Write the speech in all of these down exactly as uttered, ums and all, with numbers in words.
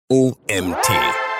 O M T.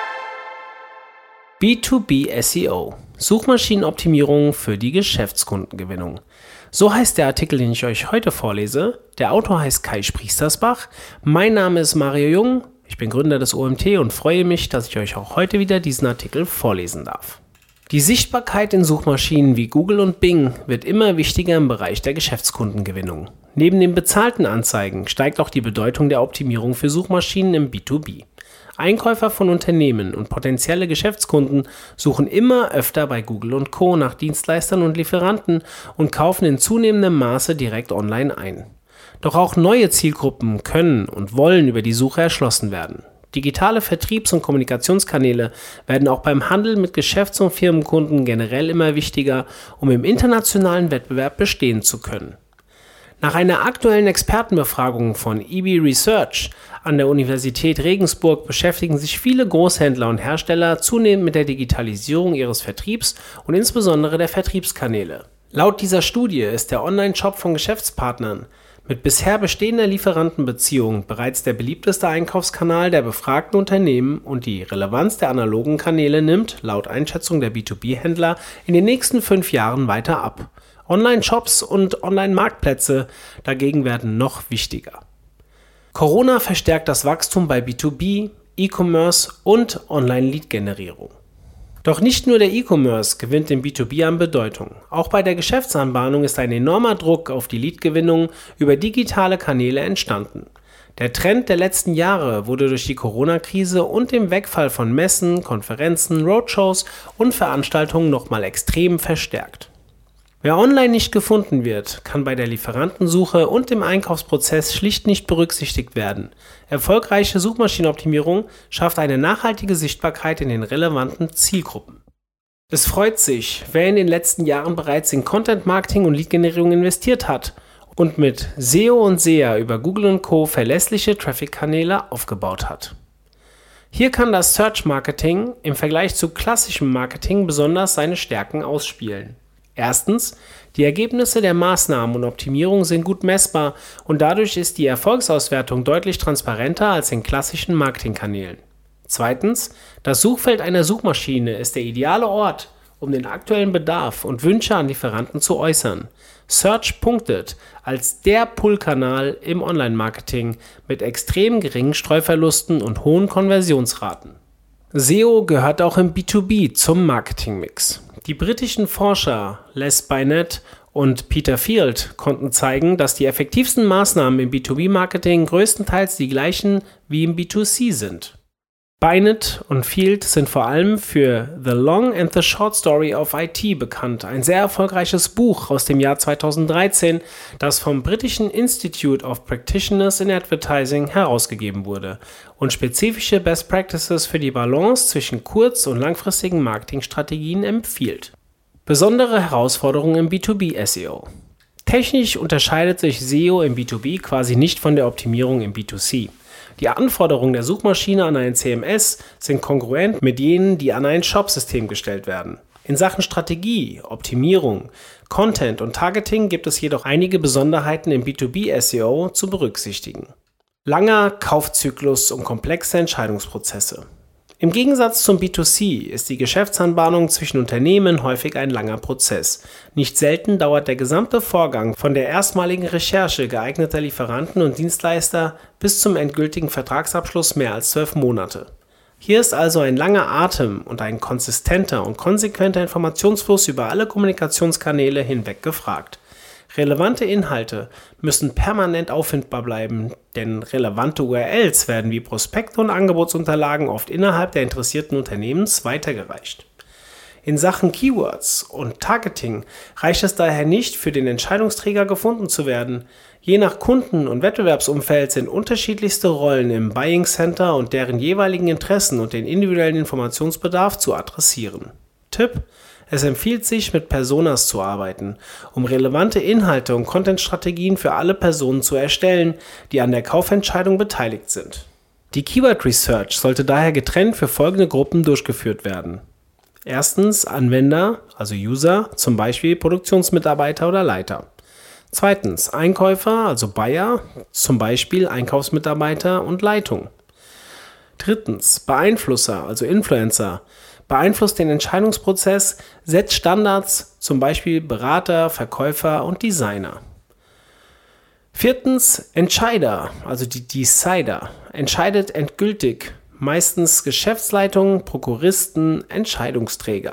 B zwei B S E O – Suchmaschinenoptimierung für die Geschäftskundengewinnung. So heißt der Artikel, den ich euch heute vorlese. Der Autor heißt Kai Spriestersbach. Mein Name ist Mario Jung. Ich bin Gründer des O M T und freue mich, dass ich euch auch heute wieder diesen Artikel vorlesen darf. Die Sichtbarkeit in Suchmaschinen wie Google und Bing wird immer wichtiger im Bereich der Geschäftskundengewinnung. Neben den bezahlten Anzeigen steigt auch die Bedeutung der Optimierung für Suchmaschinen im B zwei B. Einkäufer von Unternehmen und potenzielle Geschäftskunden suchen immer öfter bei Google und Co. nach Dienstleistern und Lieferanten und kaufen in zunehmendem Maße direkt online ein. Doch auch neue Zielgruppen können und wollen über die Suche erschlossen werden. Digitale Vertriebs- und Kommunikationskanäle werden auch beim Handel mit Geschäfts- und Firmenkunden generell immer wichtiger, um im internationalen Wettbewerb bestehen zu können. Nach einer aktuellen Expertenbefragung von E B Research an der Universität Regensburg beschäftigen sich viele Großhändler und Hersteller zunehmend mit der Digitalisierung ihres Vertriebs und insbesondere der Vertriebskanäle. Laut dieser Studie ist der Online-Shop von Geschäftspartnern mit bisher bestehender Lieferantenbeziehung bereits der beliebteste Einkaufskanal der befragten Unternehmen und die Relevanz der analogen Kanäle nimmt, laut Einschätzung der B zwei B-Händler, in den nächsten fünf Jahren weiter ab. Online-Shops und Online-Marktplätze dagegen werden noch wichtiger. Corona verstärkt das Wachstum bei B zwei B, E-Commerce und Online-Lead-Generierung. Doch nicht nur der E-Commerce gewinnt im B zwei B an Bedeutung. Auch bei der Geschäftsanbahnung ist ein enormer Druck auf die Lead-Gewinnung über digitale Kanäle entstanden. Der Trend der letzten Jahre wurde durch die Corona-Krise und den Wegfall von Messen, Konferenzen, Roadshows und Veranstaltungen nochmal extrem verstärkt. Wer online nicht gefunden wird, kann bei der Lieferantensuche und dem Einkaufsprozess schlicht nicht berücksichtigt werden. Erfolgreiche Suchmaschinenoptimierung schafft eine nachhaltige Sichtbarkeit in den relevanten Zielgruppen. Es freut sich, wer in den letzten Jahren bereits in Content-Marketing und Lead-Generierung investiert hat und mit S E O und S E A über Google und Co. verlässliche Traffic-Kanäle aufgebaut hat. Hier kann das Search-Marketing im Vergleich zu klassischem Marketing besonders seine Stärken ausspielen. Erstens, die Ergebnisse der Maßnahmen und Optimierung sind gut messbar und dadurch ist die Erfolgsauswertung deutlich transparenter als in klassischen Marketingkanälen. Zweitens, das Suchfeld einer Suchmaschine ist der ideale Ort, um den aktuellen Bedarf und Wünsche an Lieferanten zu äußern. Search punktet als der Pull-Kanal im Online-Marketing mit extrem geringen Streuverlusten und hohen Konversionsraten. S E O gehört auch im B zwei B zum Marketingmix. Die britischen Forscher Les Binet und Peter Field konnten zeigen, dass die effektivsten Maßnahmen im B zwei B-Marketing größtenteils die gleichen wie im B zwei C sind. Binet und Field sind vor allem für The Long and the Short Story of I T bekannt, ein sehr erfolgreiches Buch aus dem Jahr zweitausenddreizehn, das vom britischen Institute of Practitioners in Advertising herausgegeben wurde und spezifische Best Practices für die Balance zwischen kurz- und langfristigen Marketingstrategien empfiehlt. Besondere Herausforderungen im B zwei B-S E O. Technisch unterscheidet sich S E O im B zwei B quasi nicht von der Optimierung im B zwei C. Die Anforderungen der Suchmaschine an ein C M S sind kongruent mit jenen, die an ein Shop-System gestellt werden. In Sachen Strategie, Optimierung, Content und Targeting gibt es jedoch einige Besonderheiten im B zwei B-S E O zu berücksichtigen. Langer Kaufzyklus und komplexe Entscheidungsprozesse. Im Gegensatz zum B zwei C ist die Geschäftsanbahnung zwischen Unternehmen häufig ein langer Prozess. Nicht selten dauert der gesamte Vorgang von der erstmaligen Recherche geeigneter Lieferanten und Dienstleister bis zum endgültigen Vertragsabschluss mehr als zwölf Monate. Hier ist also ein langer Atem und ein konsistenter und konsequenter Informationsfluss über alle Kommunikationskanäle hinweg gefragt. Relevante Inhalte müssen permanent auffindbar bleiben, denn relevante U R Ls werden wie Prospekte und Angebotsunterlagen oft innerhalb der interessierten Unternehmens weitergereicht. In Sachen Keywords und Targeting reicht es daher nicht, für den Entscheidungsträger gefunden zu werden. Je nach Kunden- und Wettbewerbsumfeld sind unterschiedlichste Rollen im Buying Center und deren jeweiligen Interessen und den individuellen Informationsbedarf zu adressieren. Tipp: Es empfiehlt sich, mit Personas zu arbeiten, um relevante Inhalte und Content-Strategien für alle Personen zu erstellen, die an der Kaufentscheidung beteiligt sind. Die Keyword Research sollte daher getrennt für folgende Gruppen durchgeführt werden. Erstens Anwender, also User, zum Beispiel Produktionsmitarbeiter oder Leiter. Zweitens Einkäufer, also Buyer, zum Beispiel Einkaufsmitarbeiter und Leitung. Drittens, Beeinflusser, also Influencer. Beeinflusst den Entscheidungsprozess, setzt Standards, zum Beispiel Berater, Verkäufer und Designer. Viertens, Entscheider, also die Decider. Entscheidet endgültig, meistens Geschäftsleitung, Prokuristen, Entscheidungsträger.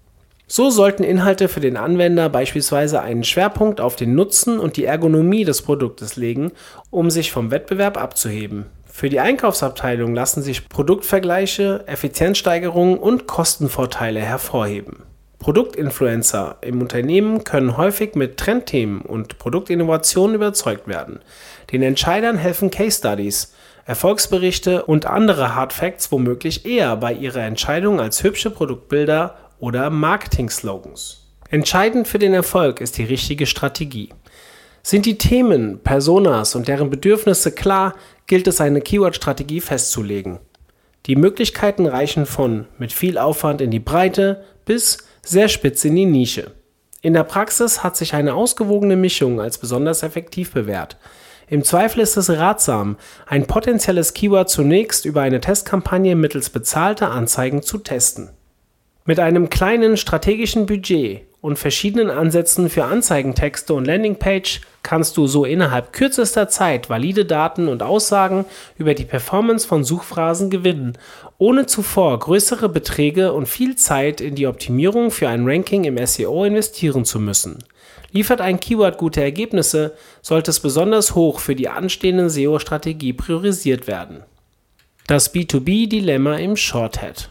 So sollten Inhalte für den Anwender beispielsweise einen Schwerpunkt auf den Nutzen und die Ergonomie des Produktes legen, um sich vom Wettbewerb abzuheben. Für die Einkaufsabteilung lassen sich Produktvergleiche, Effizienzsteigerungen und Kostenvorteile hervorheben. Produktinfluencer im Unternehmen können häufig mit Trendthemen und Produktinnovationen überzeugt werden. Den Entscheidern helfen Case Studies, Erfolgsberichte und andere Hard Facts womöglich eher bei ihrer Entscheidung als hübsche Produktbilder oder Marketing-Slogans. Entscheidend für den Erfolg ist die richtige Strategie. Sind die Themen, Personas und deren Bedürfnisse klar, gilt es, eine Keyword-Strategie festzulegen. Die Möglichkeiten reichen von mit viel Aufwand in die Breite bis sehr spitz in die Nische. In der Praxis hat sich eine ausgewogene Mischung als besonders effektiv bewährt. Im Zweifel ist es ratsam, ein potenzielles Keyword zunächst über eine Testkampagne mittels bezahlter Anzeigen zu testen. Mit einem kleinen strategischen Budget und verschiedenen Ansätzen für Anzeigentexte und Landingpage kannst du so innerhalb kürzester Zeit valide Daten und Aussagen über die Performance von Suchphrasen gewinnen, ohne zuvor größere Beträge und viel Zeit in die Optimierung für ein Ranking im S E O investieren zu müssen. Liefert ein Keyword gute Ergebnisse, sollte es besonders hoch für die anstehende S E O-Strategie priorisiert werden. Das B zwei B-Dilemma im Shorthead.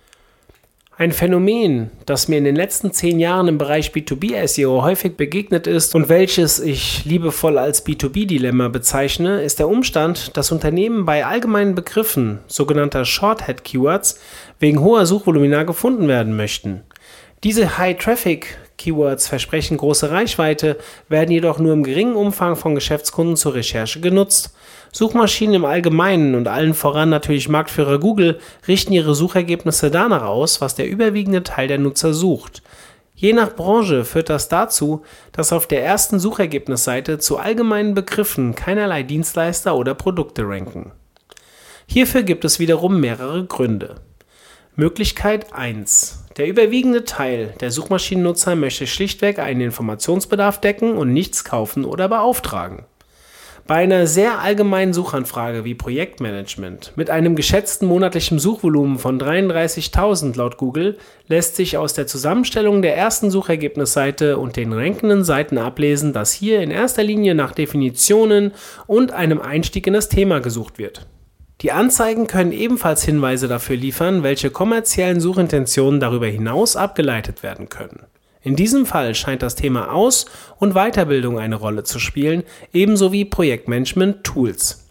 Ein Phänomen, das mir in den letzten zehn Jahren im Bereich B zwei B S E O häufig begegnet ist und welches ich liebevoll als B zwei B-Dilemma bezeichne, ist der Umstand, dass Unternehmen bei allgemeinen Begriffen, sogenannter Shorthead-Keywords, wegen hoher Suchvolumina gefunden werden möchten. Diese High-Traffic-Keywords versprechen große Reichweite, werden jedoch nur im geringen Umfang von Geschäftskunden zur Recherche genutzt. Suchmaschinen im Allgemeinen und allen voran natürlich Marktführer Google richten ihre Suchergebnisse danach aus, was der überwiegende Teil der Nutzer sucht. Je nach Branche führt das dazu, dass auf der ersten Suchergebnisseite zu allgemeinen Begriffen keinerlei Dienstleister oder Produkte ranken. Hierfür gibt es wiederum mehrere Gründe. Möglichkeit eins. Der überwiegende Teil der Suchmaschinennutzer möchte schlichtweg einen Informationsbedarf decken und nichts kaufen oder beauftragen. Bei einer sehr allgemeinen Suchanfrage wie Projektmanagement mit einem geschätzten monatlichen Suchvolumen von dreiunddreißigtausend laut Google lässt sich aus der Zusammenstellung der ersten Suchergebnisseite und den rankenden Seiten ablesen, dass hier in erster Linie nach Definitionen und einem Einstieg in das Thema gesucht wird. Die Anzeigen können ebenfalls Hinweise dafür liefern, welche kommerziellen Suchintentionen darüber hinaus abgeleitet werden können. In diesem Fall scheint das Thema Aus- und Weiterbildung eine Rolle zu spielen, ebenso wie Projektmanagement-Tools.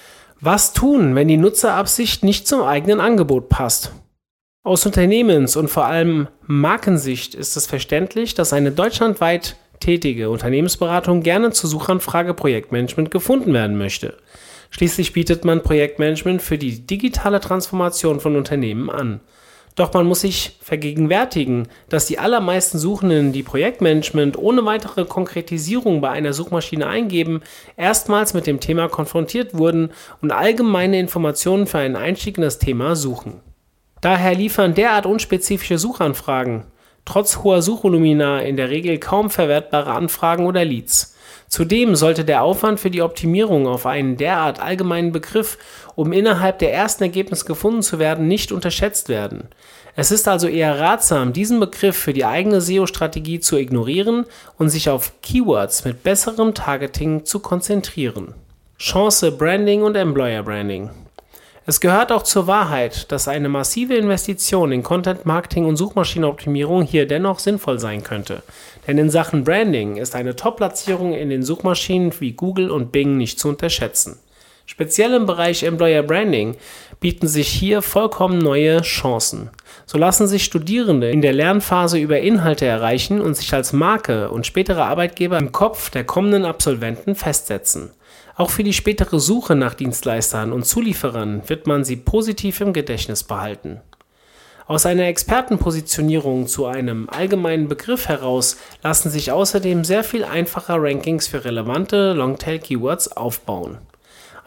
Was tun, wenn die Nutzerabsicht nicht zum eigenen Angebot passt? Aus Unternehmens- und vor allem Markensicht ist es verständlich, dass eine deutschlandweit tätige Unternehmensberatung gerne zur Suchanfrage Projektmanagement gefunden werden möchte. Schließlich bietet man Projektmanagement für die digitale Transformation von Unternehmen an. Doch man muss sich vergegenwärtigen, dass die allermeisten Suchenden, die Projektmanagement ohne weitere Konkretisierung bei einer Suchmaschine eingeben, erstmals mit dem Thema konfrontiert wurden und allgemeine Informationen für einen Einstieg in das Thema suchen. Daher liefern derart unspezifische Suchanfragen trotz hoher Suchvolumina in der Regel kaum verwertbare Anfragen oder Leads. Zudem sollte der Aufwand für die Optimierung auf einen derart allgemeinen Begriff, um innerhalb der ersten Ergebnisse gefunden zu werden, nicht unterschätzt werden. Es ist also eher ratsam, diesen Begriff für die eigene S E O-Strategie zu ignorieren und sich auf Keywords mit besserem Targeting zu konzentrieren. Chance Branding und Employer Branding. Es gehört auch zur Wahrheit, dass eine massive Investition in Content Marketing und Suchmaschinenoptimierung hier dennoch sinnvoll sein könnte. Denn in Sachen Branding ist eine Top-Platzierung in den Suchmaschinen wie Google und Bing nicht zu unterschätzen. Speziell im Bereich Employer Branding bieten sich hier vollkommen neue Chancen. So lassen sich Studierende in der Lernphase über Inhalte erreichen und sich als Marke und spätere Arbeitgeber im Kopf der kommenden Absolventen festsetzen. Auch für die spätere Suche nach Dienstleistern und Zulieferern wird man sie positiv im Gedächtnis behalten. Aus einer Expertenpositionierung zu einem allgemeinen Begriff heraus lassen sich außerdem sehr viel einfacher Rankings für relevante Longtail-Keywords aufbauen.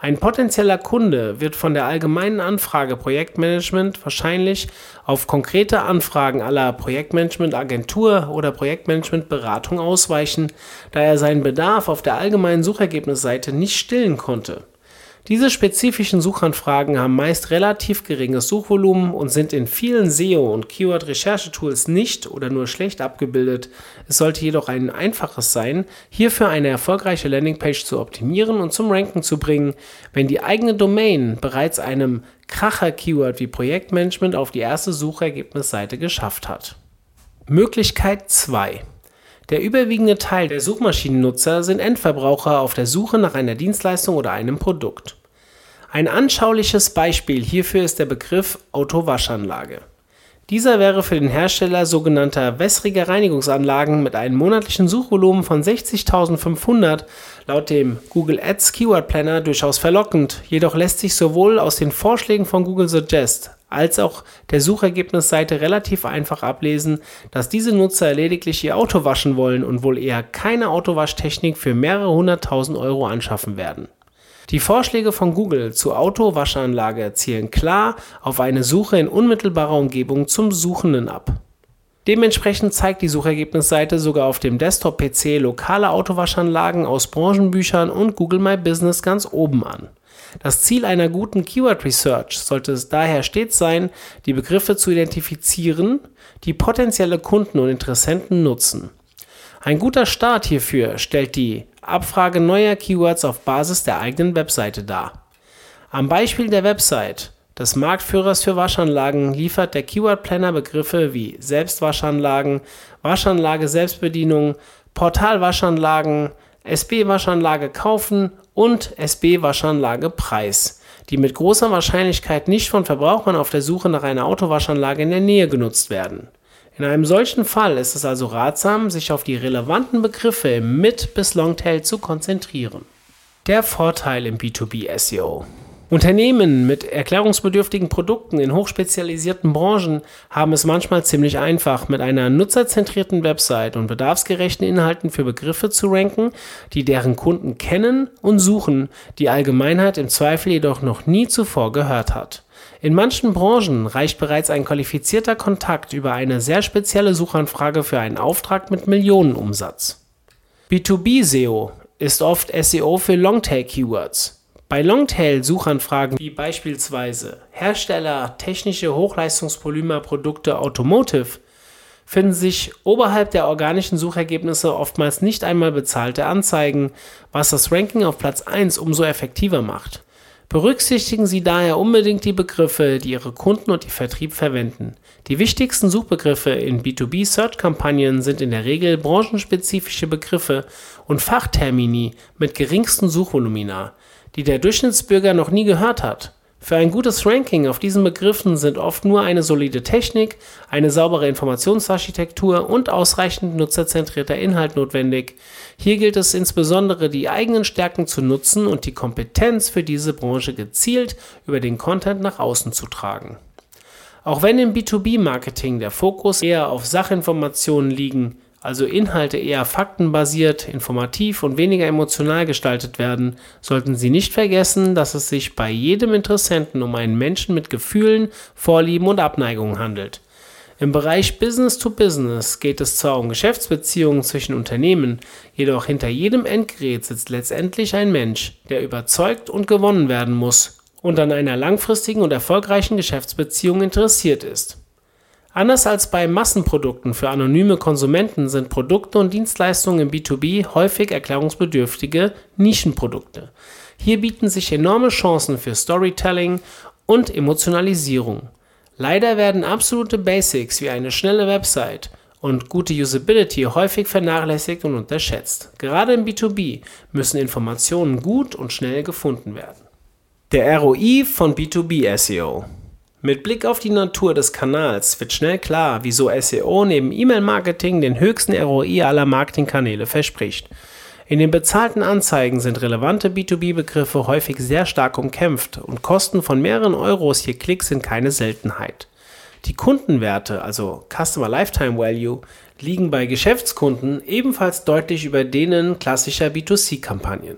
Ein potenzieller Kunde wird von der allgemeinen Anfrage Projektmanagement wahrscheinlich auf konkrete Anfragen aller Projektmanagement-Agentur oder Projektmanagement-Beratung ausweichen, da er seinen Bedarf auf der allgemeinen Suchergebnisseite nicht stillen konnte. Diese spezifischen Suchanfragen haben meist relativ geringes Suchvolumen und sind in vielen S E O- und Keyword-Recherchetools nicht oder nur schlecht abgebildet. Es sollte jedoch ein einfaches sein, hierfür eine erfolgreiche Landingpage zu optimieren und zum Ranken zu bringen, wenn die eigene Domain bereits einem Kracher-Keyword wie Projektmanagement auf die erste Suchergebnisseite geschafft hat. Möglichkeit zwei. Der überwiegende Teil der Suchmaschinennutzer sind Endverbraucher auf der Suche nach einer Dienstleistung oder einem Produkt. Ein anschauliches Beispiel hierfür ist der Begriff Autowaschanlage. Dieser wäre für den Hersteller sogenannter wässriger Reinigungsanlagen mit einem monatlichen Suchvolumen von sechzigtausendfünfhundert laut dem Google Ads Keyword Planner durchaus verlockend, jedoch lässt sich sowohl aus den Vorschlägen von Google Suggest als auch der Suchergebnisseite relativ einfach ablesen, dass diese Nutzer lediglich ihr Auto waschen wollen und wohl eher keine Autowaschtechnik für mehrere hunderttausend Euro anschaffen werden. Die Vorschläge von Google zur Autowaschanlage zielen klar auf eine Suche in unmittelbarer Umgebung zum Suchenden ab. Dementsprechend zeigt die Suchergebnisseite sogar auf dem Desktop-P C lokale Autowaschanlagen aus Branchenbüchern und Google My Business ganz oben an. Das Ziel einer guten Keyword Research sollte es daher stets sein, die Begriffe zu identifizieren, die potenzielle Kunden und Interessenten nutzen. Ein guter Start hierfür stellt die Abfrage neuer Keywords auf Basis der eigenen Webseite dar. Am Beispiel der Website des Marktführers für Waschanlagen liefert der Keyword Planner Begriffe wie Selbstwaschanlagen, Waschanlage Selbstbedienung, Portalwaschanlagen, S B-Waschanlage kaufen und S B-Waschanlage Preis, die mit großer Wahrscheinlichkeit nicht von Verbrauchern auf der Suche nach einer Autowaschanlage in der Nähe genutzt werden. In einem solchen Fall ist es also ratsam, sich auf die relevanten Begriffe im Mid- bis Longtail zu konzentrieren. Der Vorteil im B zwei B S E O. Unternehmen mit erklärungsbedürftigen Produkten in hochspezialisierten Branchen haben es manchmal ziemlich einfach, mit einer nutzerzentrierten Website und bedarfsgerechten Inhalten für Begriffe zu ranken, die deren Kunden kennen und suchen, die Allgemeinheit im Zweifel jedoch noch nie zuvor gehört hat. In manchen Branchen reicht bereits ein qualifizierter Kontakt über eine sehr spezielle Suchanfrage für einen Auftrag mit Millionenumsatz. B zwei B S E O ist oft S E O für Longtail-Keywords. Bei Longtail-Suchanfragen wie beispielsweise Hersteller technische Hochleistungspolymerprodukte Automotive finden sich oberhalb der organischen Suchergebnisse oftmals nicht einmal bezahlte Anzeigen, was das Ranking auf Platz eins umso effektiver macht. Berücksichtigen Sie daher unbedingt die Begriffe, die Ihre Kunden und Ihr Vertrieb verwenden. Die wichtigsten Suchbegriffe in B zwei B Search-Kampagnen sind in der Regel branchenspezifische Begriffe und Fachtermini mit geringsten Suchvolumina, die der Durchschnittsbürger noch nie gehört hat. Für ein gutes Ranking auf diesen Begriffen sind oft nur eine solide Technik, eine saubere Informationsarchitektur und ausreichend nutzerzentrierter Inhalt notwendig. Hier gilt es insbesondere, die eigenen Stärken zu nutzen und die Kompetenz für diese Branche gezielt über den Content nach außen zu tragen. Auch wenn im B zwei B-Marketing der Fokus eher auf Sachinformationen liegen, also Inhalte eher faktenbasiert, informativ und weniger emotional gestaltet werden, sollten Sie nicht vergessen, dass es sich bei jedem Interessenten um einen Menschen mit Gefühlen, Vorlieben und Abneigungen handelt. Im Bereich Business to Business geht es zwar um Geschäftsbeziehungen zwischen Unternehmen, jedoch hinter jedem Endgerät sitzt letztendlich ein Mensch, der überzeugt und gewonnen werden muss und an einer langfristigen und erfolgreichen Geschäftsbeziehung interessiert ist. Anders als bei Massenprodukten für anonyme Konsumenten sind Produkte und Dienstleistungen im B zwei B häufig erklärungsbedürftige Nischenprodukte. Hier bieten sich enorme Chancen für Storytelling und Emotionalisierung. Leider werden absolute Basics wie eine schnelle Website und gute Usability häufig vernachlässigt und unterschätzt. Gerade im B zwei B müssen Informationen gut und schnell gefunden werden. Der R O I von B zwei B S E O. Mit Blick auf die Natur des Kanals wird schnell klar, wieso S E O neben E-Mail-Marketing den höchsten R O I aller Marketingkanäle verspricht. In den bezahlten Anzeigen sind relevante B zwei B-Begriffe häufig sehr stark umkämpft und Kosten von mehreren Euros je Klick sind keine Seltenheit. Die Kundenwerte, also Customer Lifetime Value, liegen bei Geschäftskunden ebenfalls deutlich über denen klassischer B zwei C-Kampagnen.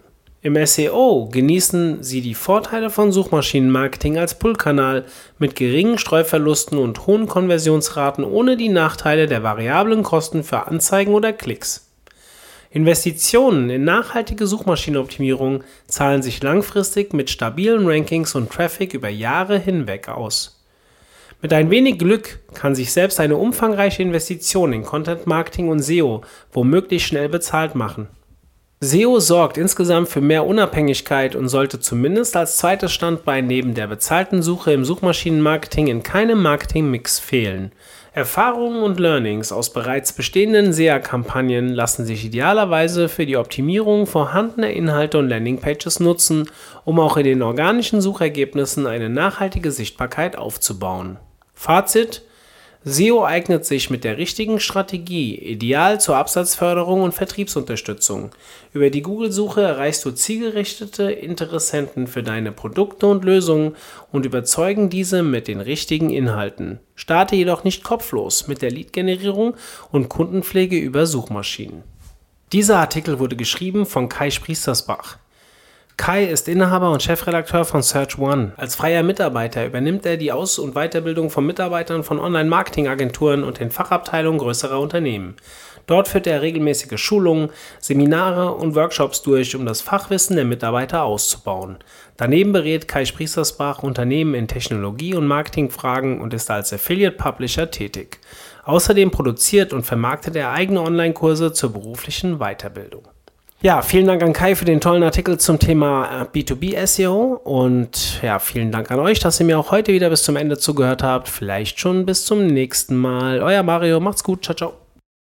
Im S E O genießen Sie die Vorteile von Suchmaschinenmarketing als Pull-Kanal mit geringen Streuverlusten und hohen Konversionsraten ohne die Nachteile der variablen Kosten für Anzeigen oder Klicks. Investitionen in nachhaltige Suchmaschinenoptimierung zahlen sich langfristig mit stabilen Rankings und Traffic über Jahre hinweg aus. Mit ein wenig Glück kann sich selbst eine umfangreiche Investition in Content Marketing und S E O womöglich schnell bezahlt machen. S E O sorgt insgesamt für mehr Unabhängigkeit und sollte zumindest als zweites Standbein neben der bezahlten Suche im Suchmaschinenmarketing in keinem Marketingmix fehlen. Erfahrungen und Learnings aus bereits bestehenden S E A-Kampagnen lassen sich idealerweise für die Optimierung vorhandener Inhalte und Landingpages nutzen, um auch in den organischen Suchergebnissen eine nachhaltige Sichtbarkeit aufzubauen. Fazit: S E O eignet sich mit der richtigen Strategie ideal zur Absatzförderung und Vertriebsunterstützung. Über die Google-Suche erreichst du zielgerichtete Interessenten für deine Produkte und Lösungen und überzeugen diese mit den richtigen Inhalten. Starte jedoch nicht kopflos mit der Lead-Generierung und Kundenpflege über Suchmaschinen. Dieser Artikel wurde geschrieben von Kai Spriestersbach. Kai ist Inhaber und Chefredakteur von Search One. Als freier Mitarbeiter übernimmt er die Aus- und Weiterbildung von Mitarbeitern von Online-Marketing-Agenturen und den Fachabteilungen größerer Unternehmen. Dort führt er regelmäßige Schulungen, Seminare und Workshops durch, um das Fachwissen der Mitarbeiter auszubauen. Daneben berät Kai Spriestersbach Unternehmen in Technologie- und Marketingfragen und ist als Affiliate-Publisher tätig. Außerdem produziert und vermarktet er eigene Online-Kurse zur beruflichen Weiterbildung. Ja, vielen Dank an Kai für den tollen Artikel zum Thema B zwei B S E O und ja, vielen Dank an euch, dass ihr mir auch heute wieder bis zum Ende zugehört habt. Vielleicht schon bis zum nächsten Mal. Euer Mario, macht's gut, ciao, ciao.